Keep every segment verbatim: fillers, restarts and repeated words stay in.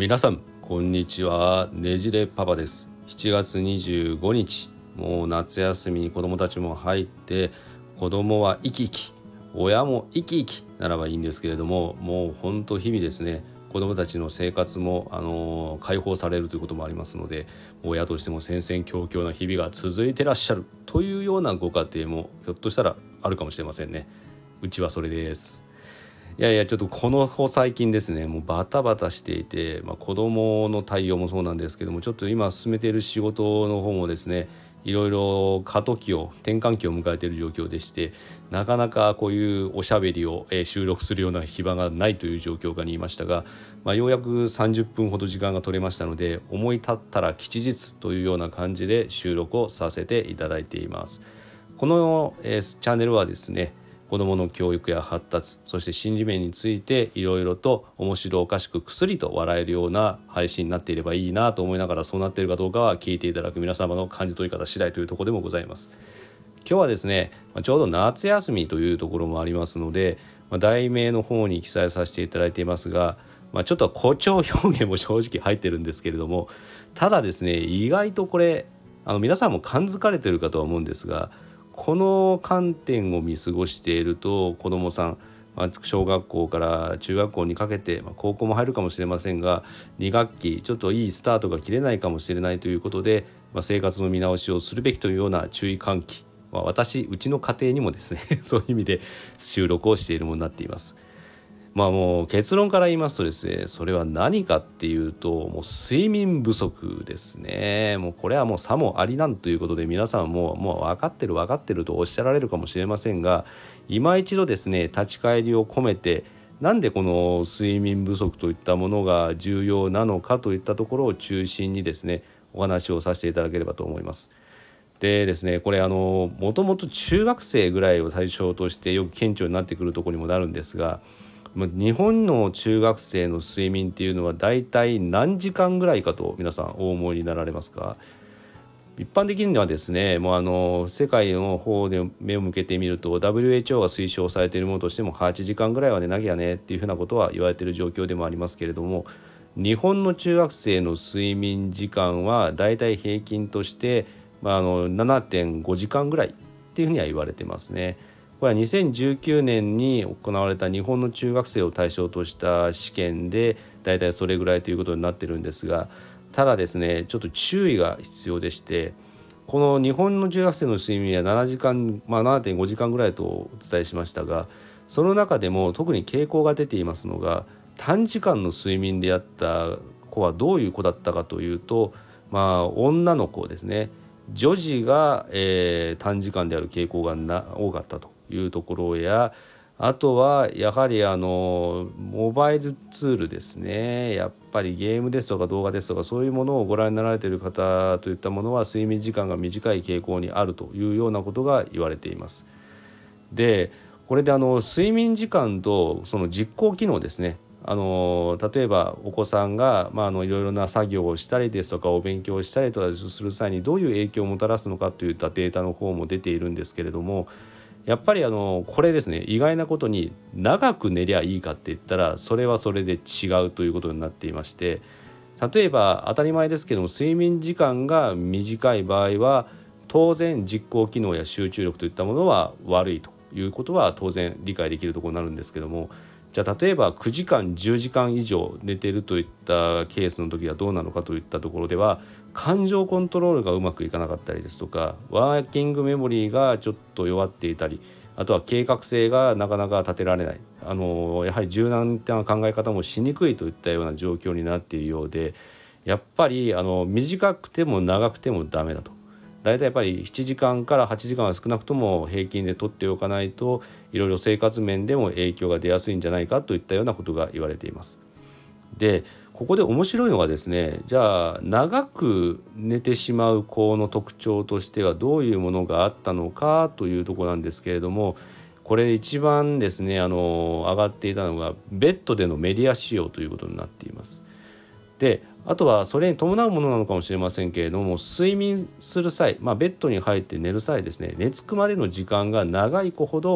皆さんこんにちは。ねじれパパです。しちがつにじゅうごにち、もう夏休みに子供たちも入って、子供は生き生き、親も生き生きならばいいんですけれども、もう本当日々ですね、子供たちの生活も、あのー、解放されるということもありますので、親としても戦々恐々な日々が続いてらっしゃるというようなご家庭もひょっとしたらあるかもしれませんね。うちはそれです。いやいや、ちょっとこの最近ですね、もうバタバタしていて、まあ、子どもの対応もそうなんですけども、ちょっと今進めている仕事の方もですね、いろいろ過渡期を転換期を迎えている状況でして、なかなかこういうおしゃべりを、えー収録するような暇がないという状況下にいましたが、まあ、ようやくさんじゅっぷんほど時間が取れましたので、思い立ったら吉日というような感じで収録をさせていただいています。この、えーチャンネルはですね、子どもの教育や発達、そして心理面についていろいろと面白おかしくくすりと笑えるような配信になっていればいいなと思いながら、そうなっているかどうかは聞いていただく皆様の感じ取り方次第というところでもございます。今日はですね、ちょうど夏休みというところもありますので、題名の方に記載させていただいていますが、まあ、ちょっと誇張表現も正直入ってるんですけれども、ただですね、意外とこれあの皆さんも感づかれているかとは思うんですが、この観点を見過ごしていると、子どもさん、まあ、小学校から中学校にかけて、まあ、高校も入るかもしれませんが、にがっきちょっといいスタートが切れないかもしれないということで、まあ、生活の見直しをするべきというような注意喚起、まあ、私うちの家庭にもですねそういう意味で収録をしているものになっています。まあもう結論から言いますとですね、それは何かっていうと、もう睡眠不足ですね。もうこれはもうさもありなんということで、皆さんもうもう分かってる分かってるとおっしゃられるかもしれませんが、今一度ですね、立ち返りを込めて、なんでこの睡眠不足といったものが重要なのかといったところを中心にですね、お話をさせていただければと思います。でですね、これあのもともと中学生ぐらいを対象としてよく顕著になってくるところにもなるんですが、日本の中学生の睡眠っていうのはだいたい何時間ぐらいかと皆さんお思いになられますか？一般的にはですね、もうあの世界の方で目を向けてみると ダブリューエイチオー が推奨されているものとしてもはちじかんぐらいは寝なきゃねっていうふうなことは言われている状況でもありますけれども、日本の中学生の睡眠時間はだいたい平均として、まあ、あの ななてんごじかんぐらいっていうふうには言われてますね。これはにせんじゅうきゅうねんに行われた日本の中学生を対象とした試験でだいたいそれぐらいということになってるんですが、ただですね、ちょっと注意が必要でして、この日本の中学生の睡眠はななじかん、まあ、ななてんごじかんぐらいとお伝えしましたが、その中でも特に傾向が出ていますのが、短時間の睡眠であった子はどういう子だったかというと、まあ女の子ですね、女児が、えー短時間である傾向がな多かったというところや、あとはやはりあのモバイルツールですね、やっぱりゲームですとか動画ですとかそういうものをご覧になられている方といったものは睡眠時間が短い傾向にあるというようなことが言われています。でこれであの睡眠時間とその実行機能ですね、あの例えばお子さんが、まあ、あのいろいろな作業をしたりですとかお勉強をしたりとかする際にどういう影響をもたらすのかといったデータの方も出ているんですけれども、やっぱりあのこれですね、意外なことに長く寝りゃいいかって言ったらそれはそれで違うということになっていまして、例えば当たり前ですけども睡眠時間が短い場合は当然実行機能や集中力といったものは悪いということは当然理解できるところになるんですけども、じゃあ例えばくじかんじゅうじかん以上寝ているといったケースの時はどうなのかといったところでは、感情コントロールがうまくいかなかったりですとか、ワーキングメモリーがちょっと弱っていたり、あとは計画性がなかなか立てられない、あのやはり柔軟な考え方もしにくいといったような状況になっているようで、やっぱりあの短くても長くてもダメだと。だいたいやっぱりしちじかんからはちじかんは少なくとも平均で取っておかないと、いろいろ生活面でも影響が出やすいんじゃないかといったようなことが言われています。でここで面白いのがですね、じゃあ長く寝てしまう子の特徴としてはどういうものがあったのかというところなんですけれども、これ一番ですね、あの上がっていたのがベッドでのメディア使用ということになっています。であとはそれに伴うものなのかもしれませんけれども、睡眠する際、まあ、ベッドに入って寝る際ですね、寝つくまでの時間が長い子ほど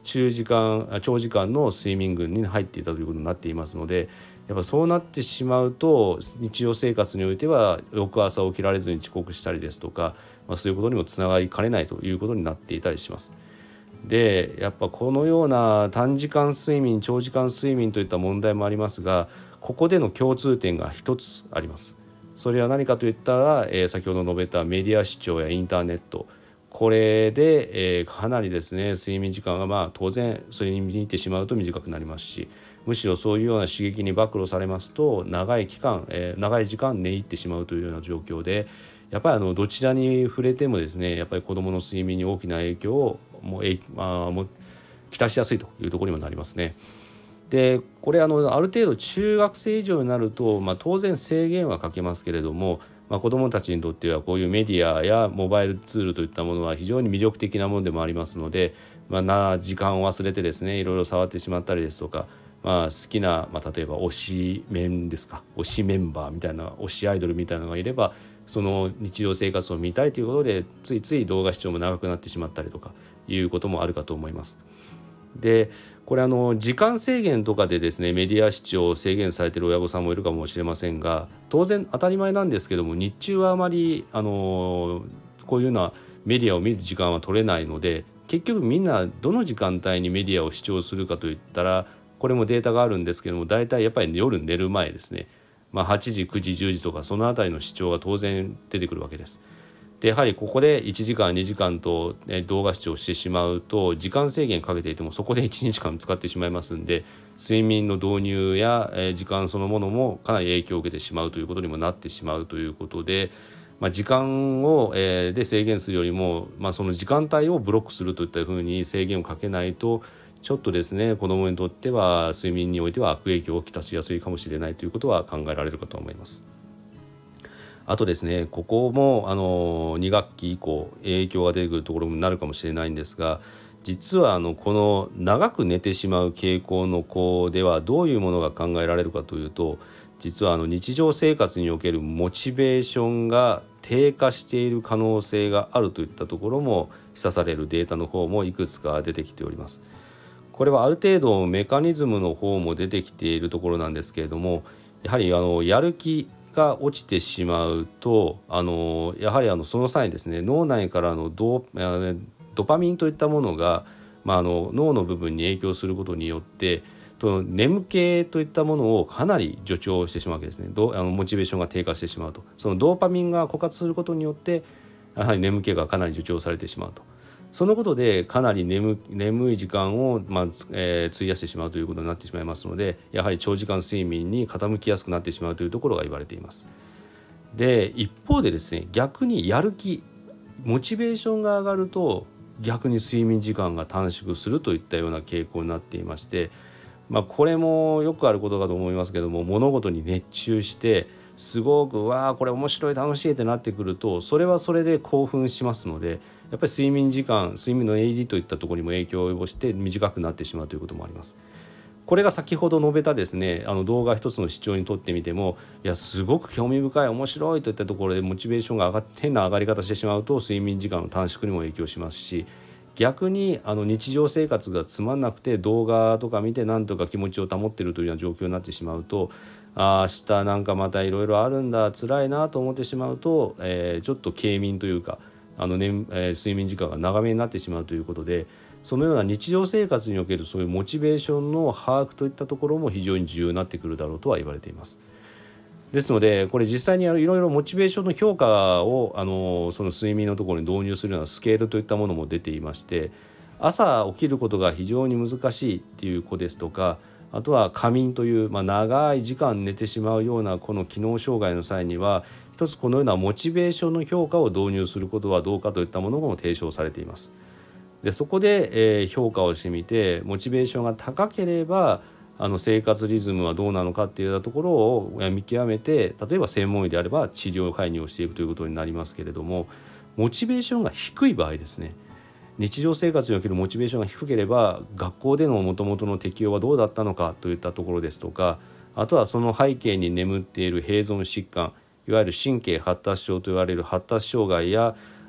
中時間長時間の睡眠群に入っていたということになっていますので、やっぱそうなってしまうと日常生活においては翌朝起きられずに遅刻したりですとか、まあ、そういうことにもつながりかねないということになっていたりします。でやっぱこのような短時間睡眠長時間睡眠といった問題もありますが、ここでの共通点が一つあります。それは何かといったら、えー、先ほど述べたメディア視聴やインターネット、これで、えー、かなりですね睡眠時間がまあ当然それに見てしまうと短くなりますし、むしろそういうような刺激に暴露されますと長い期間、えー、長い時間寝入ってしまうというような状況で、やっぱりあのどちらに触れてもですねやっぱり子どもの睡眠に大きな影響をもう、えーまあ、もうきたしやすいというところにもなりますね。でこれあのある程度中学生以上になると、まあ、当然制限はかけますけれども、まあ、子どもたちにとってはこういうメディアやモバイルツールといったものは非常に魅力的なものでもありますので、まあ、な時間を忘れてですねいろいろ触ってしまったりですとか、まあ、好きな、まあ、例えば推しメンですか推しメンバーみたいな推しアイドルみたいなのがいれば、その日常生活を見たいということでついつい動画視聴も長くなってしまったりとかいうこともあるかと思います。でこれあの時間制限とかでですねメディア視聴を制限されている親御さんもいるかもしれませんが、当然当たり前なんですけども、日中はあまりあのこういうようなメディアを見る時間は取れないので、結局みんなどの時間帯にメディアを視聴するかといったら、これもデータがあるんですけども、大体やっぱり夜寝る前ですね、まあ、はちじくじじゅうじとかそのあたりの視聴が当然出てくるわけです。でやはりここでいちじかんにじかんと、ね、動画視聴してしまうと時間制限かけていてもそこでいちにちかん使ってしまいますんで、睡眠の導入や、えー、時間そのものもかなり影響を受けてしまうということにもなってしまうということで、まあ、時間を、えー、で制限するよりも、まあ、その時間帯をブロックするといったふうに制限をかけないと、ちょっとですね子どもにとっては睡眠においては悪影響をきたしやすいかもしれないということは考えられるかと思います。あとですね、ここもあのに学期以降影響が出てくるところになるかもしれないんですが、実はあのこの長く寝てしまう傾向の子ではどういうものが考えられるかというと、実はあの日常生活におけるモチベーションが低下している可能性があるといったところも示唆されるデータの方もいくつか出てきております。これはある程度メカニズムの方も出てきているところなんですけれども、やはりあのやる気が落ちてしまうと、あのやはりあのその際にですね脳内からの ド, ドパミンといったものが、まあ、あの脳の部分に影響することによってと眠気といったものをかなり助長してしまうわけですね。どあのモチベーションが低下してしまうと、そのドーパミンが枯渇することによってやはり眠気がかなり助長されてしまうと、そのことでかなり 眠, 眠い時間を、まあえー、費やしてしまうということになってしまいますので、やはり長時間睡眠に傾きやすくなってしまうというところが言われています。で一方でですね、逆にやる気モチベーションが上がると逆に睡眠時間が短縮するといったような傾向になっていまして、まあ、これもよくあることかと思いますけども、物事に熱中してすごくわあこれ面白い楽しいってなってくると、それはそれで興奮しますので、やっぱり睡眠時間睡眠の エーディー といったところにも影響を及ぼして短くなってしまうということもあります。これが先ほど述べたですねあの動画一つの視聴にとってみても、いやすごく興味深い面白いといったところでモチベーションが上がって変な上がり方してしまうと睡眠時間の短縮にも影響しますし、逆にあの日常生活がつまんなくて動画とか見てなんとか気持ちを保っているというような状況になってしまうと、あ明日なんかまたいろいろあるんだ辛いなと思ってしまうと、えー、ちょっと軽眠というかあの、ねえー、睡眠時間が長めになってしまうということで、そのような日常生活におけるそういうモチベーションの把握といったところも非常に重要になってくるだろうとは言われています。ですのでこれ実際にいろいろモチベーションの評価をあのその睡眠のところに導入するようなスケールといったものも出ていまして、朝起きることが非常に難しいっていう子ですとか、あとは過眠という、まあ、長い時間寝てしまうようなこの機能障害の際には、一つこのようなモチベーションの評価を導入することはどうかといったものも提唱されています。でそこで、えー、評価をしてみてモチベーションが高ければあの生活リズムはどうなのかっていうところを見極めて、例えば専門医であれば治療介入をしていくということになりますけれども、モチベーションが低い場合ですね、日常生活におけるモチベーションが低ければ学校での元々の適応はどうだったのかといったところですとか、あとはその背景に眠っている併存疾患、いわゆる神経発達症といわれる発達障害や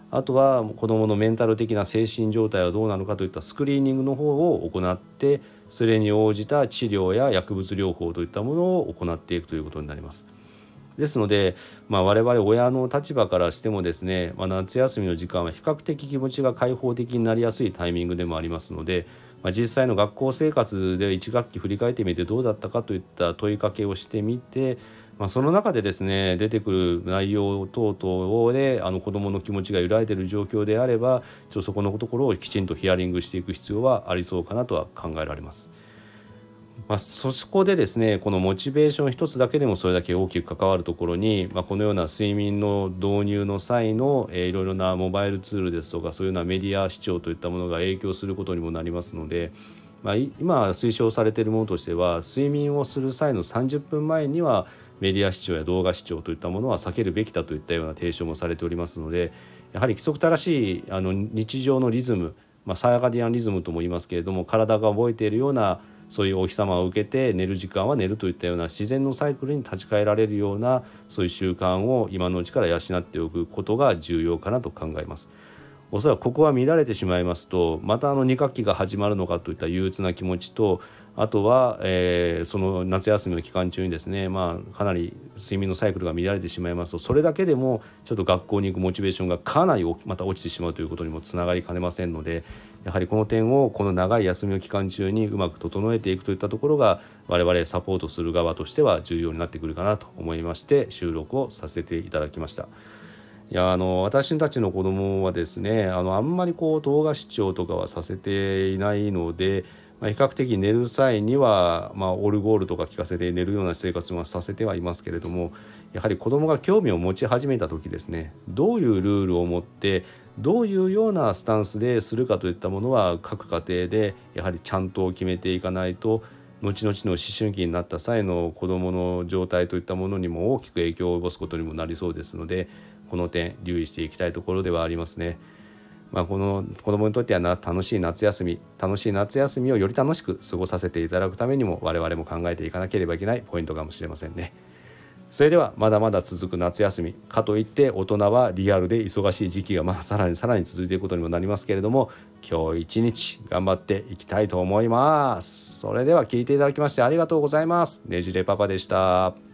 あとは子どものメンタル的な精神状態はどうなのかといったスクリーニングの方を行って、それに応じた治療や薬物療法といったものを行っていくということになります。ですので、まあ、我々親の立場からしてもですね、まあ、夏休みの時間は比較的気持ちが開放的になりやすいタイミングでもありますので、まあ、実際の学校生活でいち学期振り返ってみてどうだったかといった問いかけをしてみて、まあ、その中でですね出てくる内容等々であの子どもの気持ちが揺らいでいる状況であれば、ちょっとそこのところをきちんとヒアリングしていく必要はありそうかなとは考えられます。まあ、そこでですね、このモチベーション一つだけでもそれだけ大きく関わるところに、まあ、このような睡眠の導入の際の、えー、いろいろなモバイルツールですとか、そういうようなメディア視聴といったものが影響することにもなりますので、まあ、今推奨されているものとしては、睡眠をする際のさんじゅっぷんまえにはメディア視聴や動画視聴といったものは避けるべきだといったような提唱もされておりますので、やはり規則正しいあの日常のリズム、まあ、サーカディアンリズムとも言いますけれども、体が覚えているようなそういうお日様を受けて寝る時間は寝るといったような自然のサイクルに立ち返られるような、そういう習慣を今のうちから養っておくことが重要かなと考えます。おそらくここが乱れてしまいますと、またあのに学期が始まるのかといった憂鬱な気持ちと、あとは、えー、その夏休みの期間中にですね、まあ、かなり睡眠のサイクルが乱れてしまいますと、それだけでもちょっと学校に行くモチベーションがかなりまた落ちてしまうということにもつながりかねませんので、やはりこの点をこの長い休みの期間中にうまく整えていくといったところが、我々サポートする側としては重要になってくるかなと思いまして、収録をさせていただきました。いやあの私たちの子供はですね、あのあんまりこう動画視聴とかはさせていないので、まあ、比較的寝る際には、まあ、オルゴールとか聞かせて寝るような生活もさせてはいますけれども、やはり子供が興味を持ち始めた時ですね、どういうルールを持ってどういうようなスタンスでするかといったものは各家庭でやはりちゃんと決めていかないと、後々の思春期になった際の子どもの状態といったものにも大きく影響を及ぼすことにもなりそうですので、この点留意していきたいところではありますね。まあ、この子どもにとってはな楽しい夏休み楽しい夏休みをより楽しく過ごさせていただくためにも、我々も考えていかなければいけないポイントかもしれませんね。それではまだまだ続く夏休みかといって大人はリアルで忙しい時期がまあさらにさらに続いていくことにもなりますけれども、今日一日頑張っていきたいと思います。それでは聞いていただきましてありがとうございます。ねじれパパでした。